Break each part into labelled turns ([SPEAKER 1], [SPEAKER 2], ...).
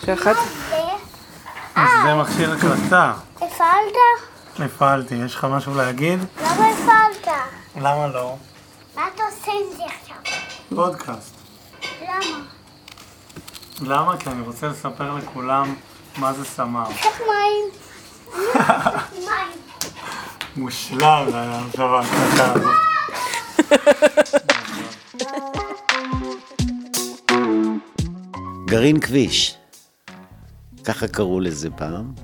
[SPEAKER 1] שאחת?
[SPEAKER 2] זה מכשיר הקלטה.
[SPEAKER 3] הפעלת?
[SPEAKER 2] הפעלתי, יש לך משהו להגיד?
[SPEAKER 3] למה הפעלת?
[SPEAKER 2] למה לא?
[SPEAKER 3] מה אתה עושה עם זה עכשיו?
[SPEAKER 2] פודקאסט.
[SPEAKER 3] למה?
[SPEAKER 2] למה? כי אני רוצה לספר לכולם מה זה סמר.
[SPEAKER 3] קח מים. מים.
[SPEAKER 2] מושלם, זה היה עכשיו ההקלטה הזאת.
[SPEAKER 4] גרעין כביש, ככה קראו לזה פעם.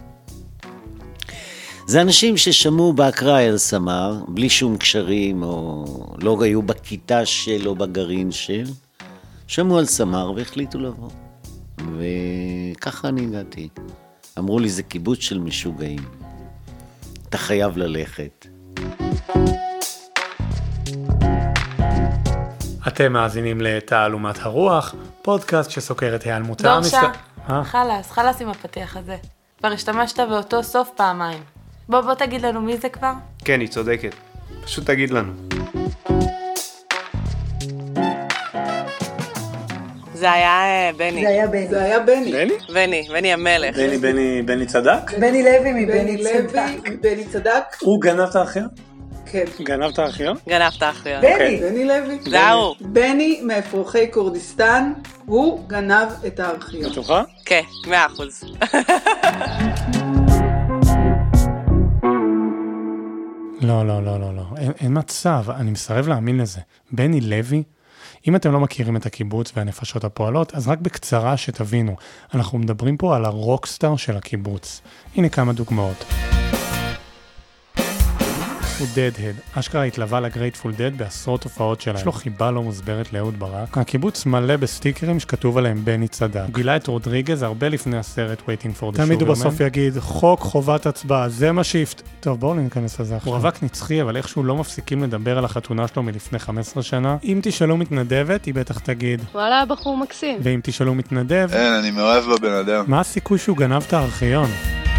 [SPEAKER 4] זה אנשים ששמעו באקראי על סמר, בלי שום קשרים, או לא היו בכיתה של או בגרעין של, שמעו על סמר והחליטו לבוא. וככה אני הגעתי. אמרו לי, זה קיבוץ של משוגעים. אתה חייב ללכת.
[SPEAKER 2] אתם מאזינים לתעלומת הרוח, פודקאסט שסוקר את היעלמותה
[SPEAKER 1] דורשה, חלאס עם הפתיח הזה. כבר השתמשת באותו סוף פעמיים. בוא תגיד לנו מי זה כבר?
[SPEAKER 5] כן, היא צודקת. פשוט תגיד לנו.
[SPEAKER 1] זה היה בני.
[SPEAKER 6] זה היה בני.
[SPEAKER 1] בני המלך.
[SPEAKER 2] בני צדק?
[SPEAKER 6] בני לוי מבני צדק.
[SPEAKER 2] הוא גנב את הארכיון?
[SPEAKER 6] כן.
[SPEAKER 2] גנב את הארכיון?
[SPEAKER 1] גנב את הארכיון.
[SPEAKER 6] בני לוי.
[SPEAKER 1] זהו.
[SPEAKER 6] בני מאפרוחי כורדיסטן, הוא גנב את הארכיון.
[SPEAKER 2] בטוחה?
[SPEAKER 1] כן, 100%.
[SPEAKER 2] לא, אין מצב, אני מסרב להאמין לזה. בני לוי, אם אתם לא מכירים את הקיבוץ והנפשות הפועלות, אז רק בקצרה שתבינו, אנחנו מדברים פה על הרוקסטאר של הקיבוץ. הנה כמה דוגמאות. הוא דדהד, אשכרה התלווה לגרייטפול דד בעשרות הופעות שלהם. יש לו חיבה לא מוסברת לאהוד ברק. הקיבוץ מלא בסטיקרים שכתוב עליהם בני צדק. הוא גילה את רודריגז הרבה לפני הסרט Waiting for the Sugarman. תמיד הוא בסוף יגיד, חוק חובת הצבעה, זה מה טוב, בואו ניכנס לזה עכשיו. הוא רווק נצחי, אבל איכשהו לא מפסיקים לדבר על החתונה שלו מלפני 15 שנה. אם תשאלו מתנדבת, היא בטח תגיד.
[SPEAKER 1] וואלה, בחור מקסים.
[SPEAKER 2] ואם תשאלו מתנדב,
[SPEAKER 7] אין, אני מאוהב בבן אדם.
[SPEAKER 2] מה הסיכוי שהוא גנב את הארכיון?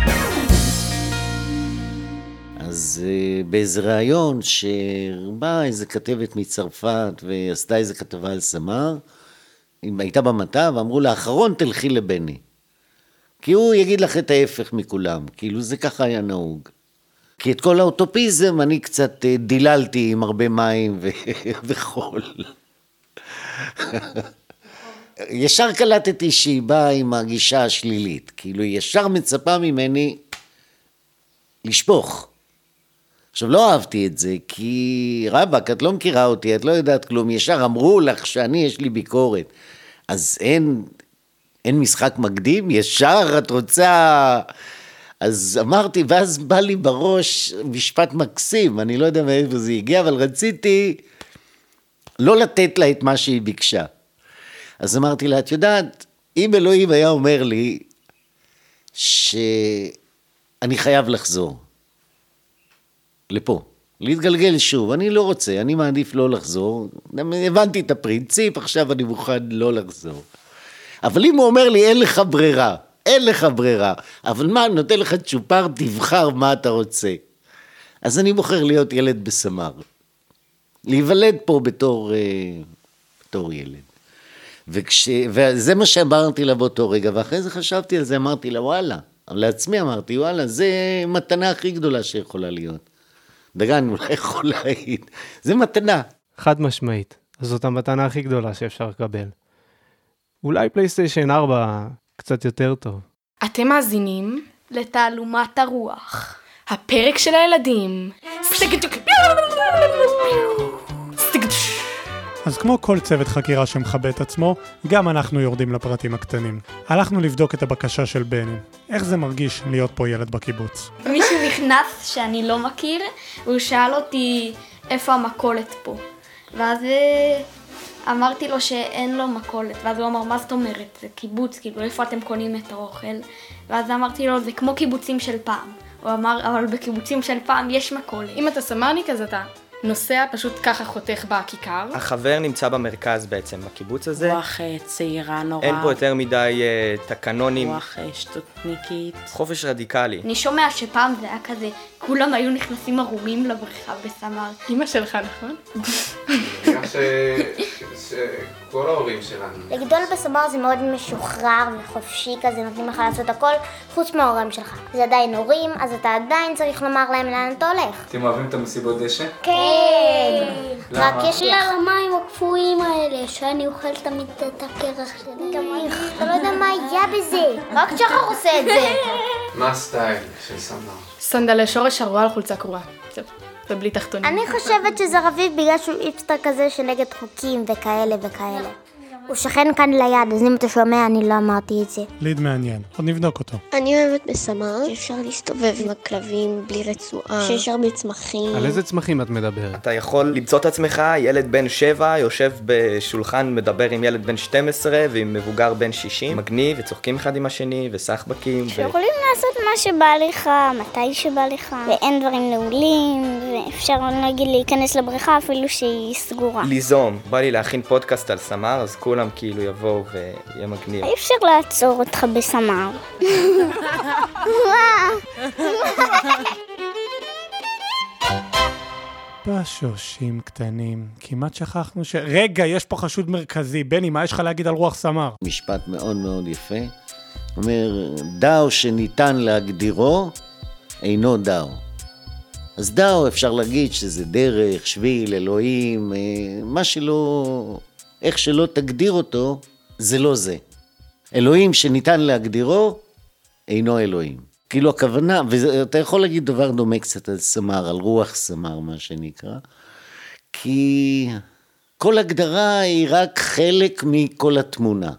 [SPEAKER 4] אז באיזה ראיון שבאה איזה כתבת מצרפת ועשתה איזה כתבה על סמר, היא הייתה במטה ואמרו לאחרון תלכי לבני. כי הוא יגיד לך את ההפך מכולם, כאילו זה ככה היה נהוג. כי את כל האוטופיזם אני קצת דיללתי עם הרבה מים וחול. ישר קלטתי שהיא באה עם הגישה השלילית, כאילו היא ישר מצפה ממני לשפוך. עכשיו לא אהבתי את זה, כי רבק, את לא מכירה אותי, את לא יודעת כלום, ישר אמרו לך שאני יש לי ביקורת, אז אין משחק מקדים, ישר את רוצה, אז אמרתי, ואז בא לי בראש משפט מקסים, אני לא יודע מאיפה זה הגיע, אבל רציתי לא לתת לה את מה שהיא ביקשה. אז אמרתי לה, את יודעת, אם אלוהים היה אומר לי, שאני חייב לחזור, לפה, להתגלגל שוב, אני לא רוצה, אני מעדיף לא לחזור, הבנתי את הפרינציפ, עכשיו אני מוכן לא לחזור. אבל אם הוא אומר לי, אין לך ברירה, אבל מה, נותן לך צ'ופר, תבחר מה אתה רוצה. אז אני בוחר להיות ילד בסמר, להיוולד פה בתור ילד. וזה מה שאמרתי לה באותו רגע, ואחרי זה חשבתי על זה, אמרתי לה, וואלה, לעצמי אמרתי, וואלה, זה מתנה הכי גדולה שיכולה להיות. דגן אולי יכול להעיד, זה מתנה.
[SPEAKER 5] חד משמעית, זאת המתנה הכי גדולה שאפשר לקבל. אולי פלייסטיישן 4 קצת יותר טוב.
[SPEAKER 8] אתם מאזינים לתעלומת הרוח, הפרק של הילדים.
[SPEAKER 2] אז כמו כל צוות חקירה שמכבד את עצמו, גם אנחנו יורדים לפרטים הקטנים. הלכנו לבדוק את הבקשה של בני. איך זה מרגיש להיות פה ילד בקיבוץ?
[SPEAKER 3] מישהו נכנס שאני לא מכיר, והוא שאל אותי איפה המקולת פה. ואז אמרתי לו שאין לו מקולת, ואז הוא אמר, מה זאת אומרת? זה קיבוץ, כאילו איפה אתם קונים את האוכל? ואז אמרתי לו, זה כמו קיבוצים של פעם. הוא אמר, אבל בקיבוצים של פעם יש מקולת.
[SPEAKER 8] אם אתה סמרניק אז אתה נוסע פשוט ככה חותך בכיכר.
[SPEAKER 9] החבר נמצא במרכז בעצם, בקיבוץ הזה.
[SPEAKER 1] רוח צעירה נורא.
[SPEAKER 9] אין פה יותר מדי תקנונים.
[SPEAKER 1] רוח שטותניקית.
[SPEAKER 9] חופש רדיקלי.
[SPEAKER 3] אני שומע שפעם זה היה כזה, כולם היו נכנסים ערומים לבריכה בסמר.
[SPEAKER 8] אמא שלך, נכון?
[SPEAKER 7] כל ההורים שלנו.
[SPEAKER 10] לגדול בסמר זה מאוד משוחרר וחופשי כזה, נותנים לך לעשות הכל חוץ מההורים שלך. זה עדיין הורים, אז אתה עדיין צריך לומר להם לאן אתה הולך.
[SPEAKER 7] אתם אוהבים את המסיבות דשא?
[SPEAKER 10] כן. רק יש לי
[SPEAKER 3] על המים הקפואים האלה, שאני אוכל תמיד את הקרח שלי.
[SPEAKER 10] אתה לא יודע מה היה בזה, רק שחר עושה את זה.
[SPEAKER 7] מה הסטייל של סמר?
[SPEAKER 8] סנדלי שורש הרואה על חולצה קרועה. זהו, ובלי תחתונים.
[SPEAKER 10] אני חושבת שזה רביב בגלל שהוא איפסטר כזה שנגד חוקים וכאלה וכאלה. הוא שכן כאן ליד, אז אם אתה שומע, אני לא אמרתי את זה.
[SPEAKER 2] ליד מעניין, עוד נבדוק אותו.
[SPEAKER 11] אני אוהבת בסמר, שאפשר להסתובב עם הכלבים בלי רצועה, שיש הרבה צמחים.
[SPEAKER 5] על איזה צמחים את מדברת?
[SPEAKER 9] אתה יכול למצוא את עצמך, ילד בן 7 יושב בשולחן, מדבר עם ילד בן 12 ועם מבוגר בן 60, מגניב וצוחקים אחד עם השני וסחבקים.
[SPEAKER 10] שיכולים לעשות מה שבא לך, מתי שבא לך, ואין דברים נעולים, ואפשר נגיד להיכנס לבריכה אפילו שהיא סגורה.
[SPEAKER 9] ליזום, בא לי להכין פודקאסט על סמר, אז כולם כאילו יבואו ויהיה מגניב.
[SPEAKER 10] אי אפשר לעצור אותך בסמר.
[SPEAKER 2] בשושים קטנים, כמעט שכחנו רגע, יש פה חשוד מרכזי. בני, מה יש לך להגיד על רוח סמר?
[SPEAKER 4] משפט מאוד מאוד יפה. אומר, דאו שניתן להגדירו, אינו דאו. אז דאו אפשר להגיד שזה דרך, שביל, אלוהים, מה שלא, איך שלא תגדיר אותו, זה לא זה. אלוהים שניתן להגדירו, אינו אלוהים. כאילו הכוונה, ואתה יכול להגיד דבר דומה קצת על סמר, על רוח סמר, מה שנקרא, כי כל הגדרה היא רק חלק מכל התמונה.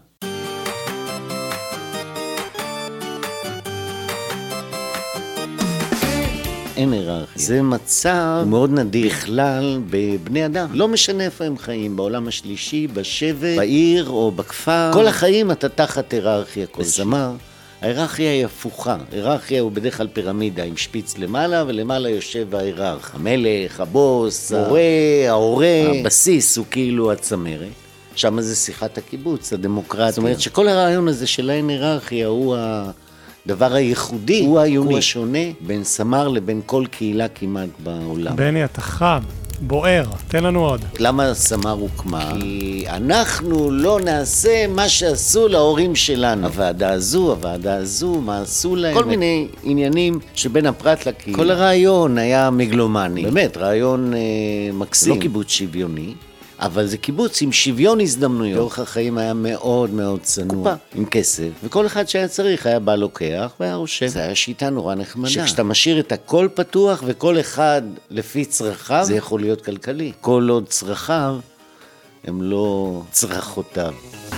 [SPEAKER 4] אין היררכיה. זה מצב מאוד נדיר בכלל בבני אדם. לא משנה איפה הם חיים, בעולם השלישי, בשבט, בעיר או בכפר. כל החיים אתה תחת היררכיה כלשהי. בסמר, ההיררכיה היא הפוכה. היררכיה הוא בדרך כלל פירמידה עם שפיץ למעלה, ולמעלה יושב ההיררך. המלך, הבוס, ההורה, הבסיס הוא כאילו הצמרת. שם זה שיחת הקיבוץ, הדמוקרטיה. זאת אומרת שכל הרעיון הזה של אין היררכיה הוא הדבר הייחודי, הוא היוני, הוא השונה בין סמר לבין כל קהילה כמעט בעולם.
[SPEAKER 2] בני, אתה חם, בוער, תן לנו עוד.
[SPEAKER 4] למה סמר הוקמה? כי אנחנו לא נעשה מה שעשו להורים שלנו. הוועדה הזו, מה עשו להם? כל מיני עניינים שבין הפרט לקהילה. כל הרעיון היה מגלומני. באמת, רעיון מקסים. לא קיבוץ שוויוני. אבל זה קיבוץ עם שוויון הזדמנויות. אורח החיים היה מאוד מאוד צנוע. קופה עם כסף, וכל אחד שהיה צריך היה בא לוקח והיה רושם. זה היה שיטה נורא נחמדה. שכשאתה משאיר את הכל פתוח וכל אחד לפי צרכיו, זה יכול להיות כלכלי. כל עוד צרכיו הם לא צרכותיו.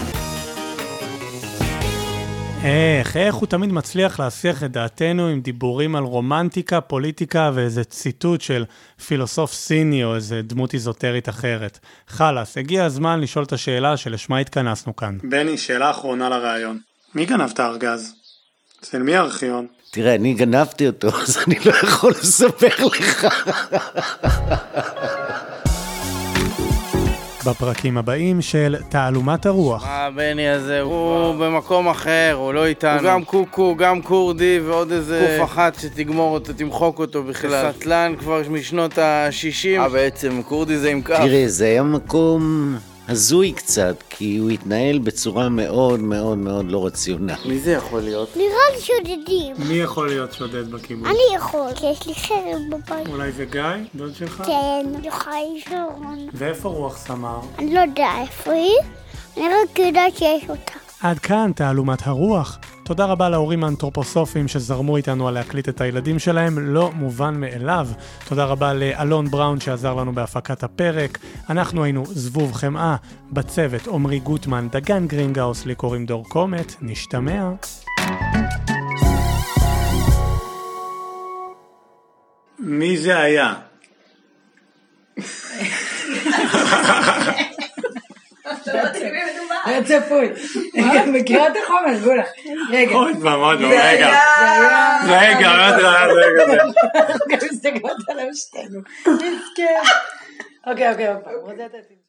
[SPEAKER 2] איך הוא תמיד מצליח להסיח את דעתנו עם דיבורים על רומנטיקה, פוליטיקה ואיזה ציטוט של פילוסוף סיני או איזה דמות איזוטרית אחרת. חלס, הגיע הזמן לשאול את השאלה שלשמה התכנסנו כאן. בני, שאלה אחרונה לרעיון. מי גנב את הארגז? אצל מי הארכיון?
[SPEAKER 4] תראה, אני גנבתי אותו, אז אני לא יכול לספר לך.
[SPEAKER 2] בפרקים הבאים של תעלומת הרוח.
[SPEAKER 12] הבני הזה הוא במקום אחר, הוא לא איתנו. הוא גם קוקו, גם קורדי ועוד איזה קוף אחת שתגמור אותו, תמחוק אותו בכלל. סטלן כבר משנות ה-60. בעצם קורדי זה עם כף.
[SPEAKER 4] תראה, זה היה מקום הזוי קצת, כי הוא התנהל בצורה מאוד מאוד מאוד לא רציונלית.
[SPEAKER 12] מי זה יכול להיות?
[SPEAKER 10] נראה לי שודדים.
[SPEAKER 2] מי יכול להיות שודד בקיבוץ?
[SPEAKER 10] אני יכול, כי יש לי חרב בבית.
[SPEAKER 2] אולי זה גיא, דוד שלך?
[SPEAKER 10] כן, יוחאי שרון.
[SPEAKER 2] ואיפה רוח סמר?
[SPEAKER 10] אני לא יודע איפה היא, אני רק יודעת שיש אותה.
[SPEAKER 2] עד כאן תעלומת הרוח. תודה רבה להורים האנתרופוסופיים שזרמו איתנו על להקליט את הילדים שלהם, לא מובן מאליו. תודה רבה לאלון בראון שעזר לנו בהפקת הפרק. אנחנו היינו זבוב חמאה, בצוות עומרי גוטמן, דגן גרינגאוס, לי קוראים דור קומט, נשתמע. מי זה היה?
[SPEAKER 6] זה צפוי. מכירה את החומר, גולה. רגע.
[SPEAKER 2] עוד פעם, רגע.
[SPEAKER 6] גם מסתכלות עליו שתינו. מסכן. אוקיי, עוד פעם.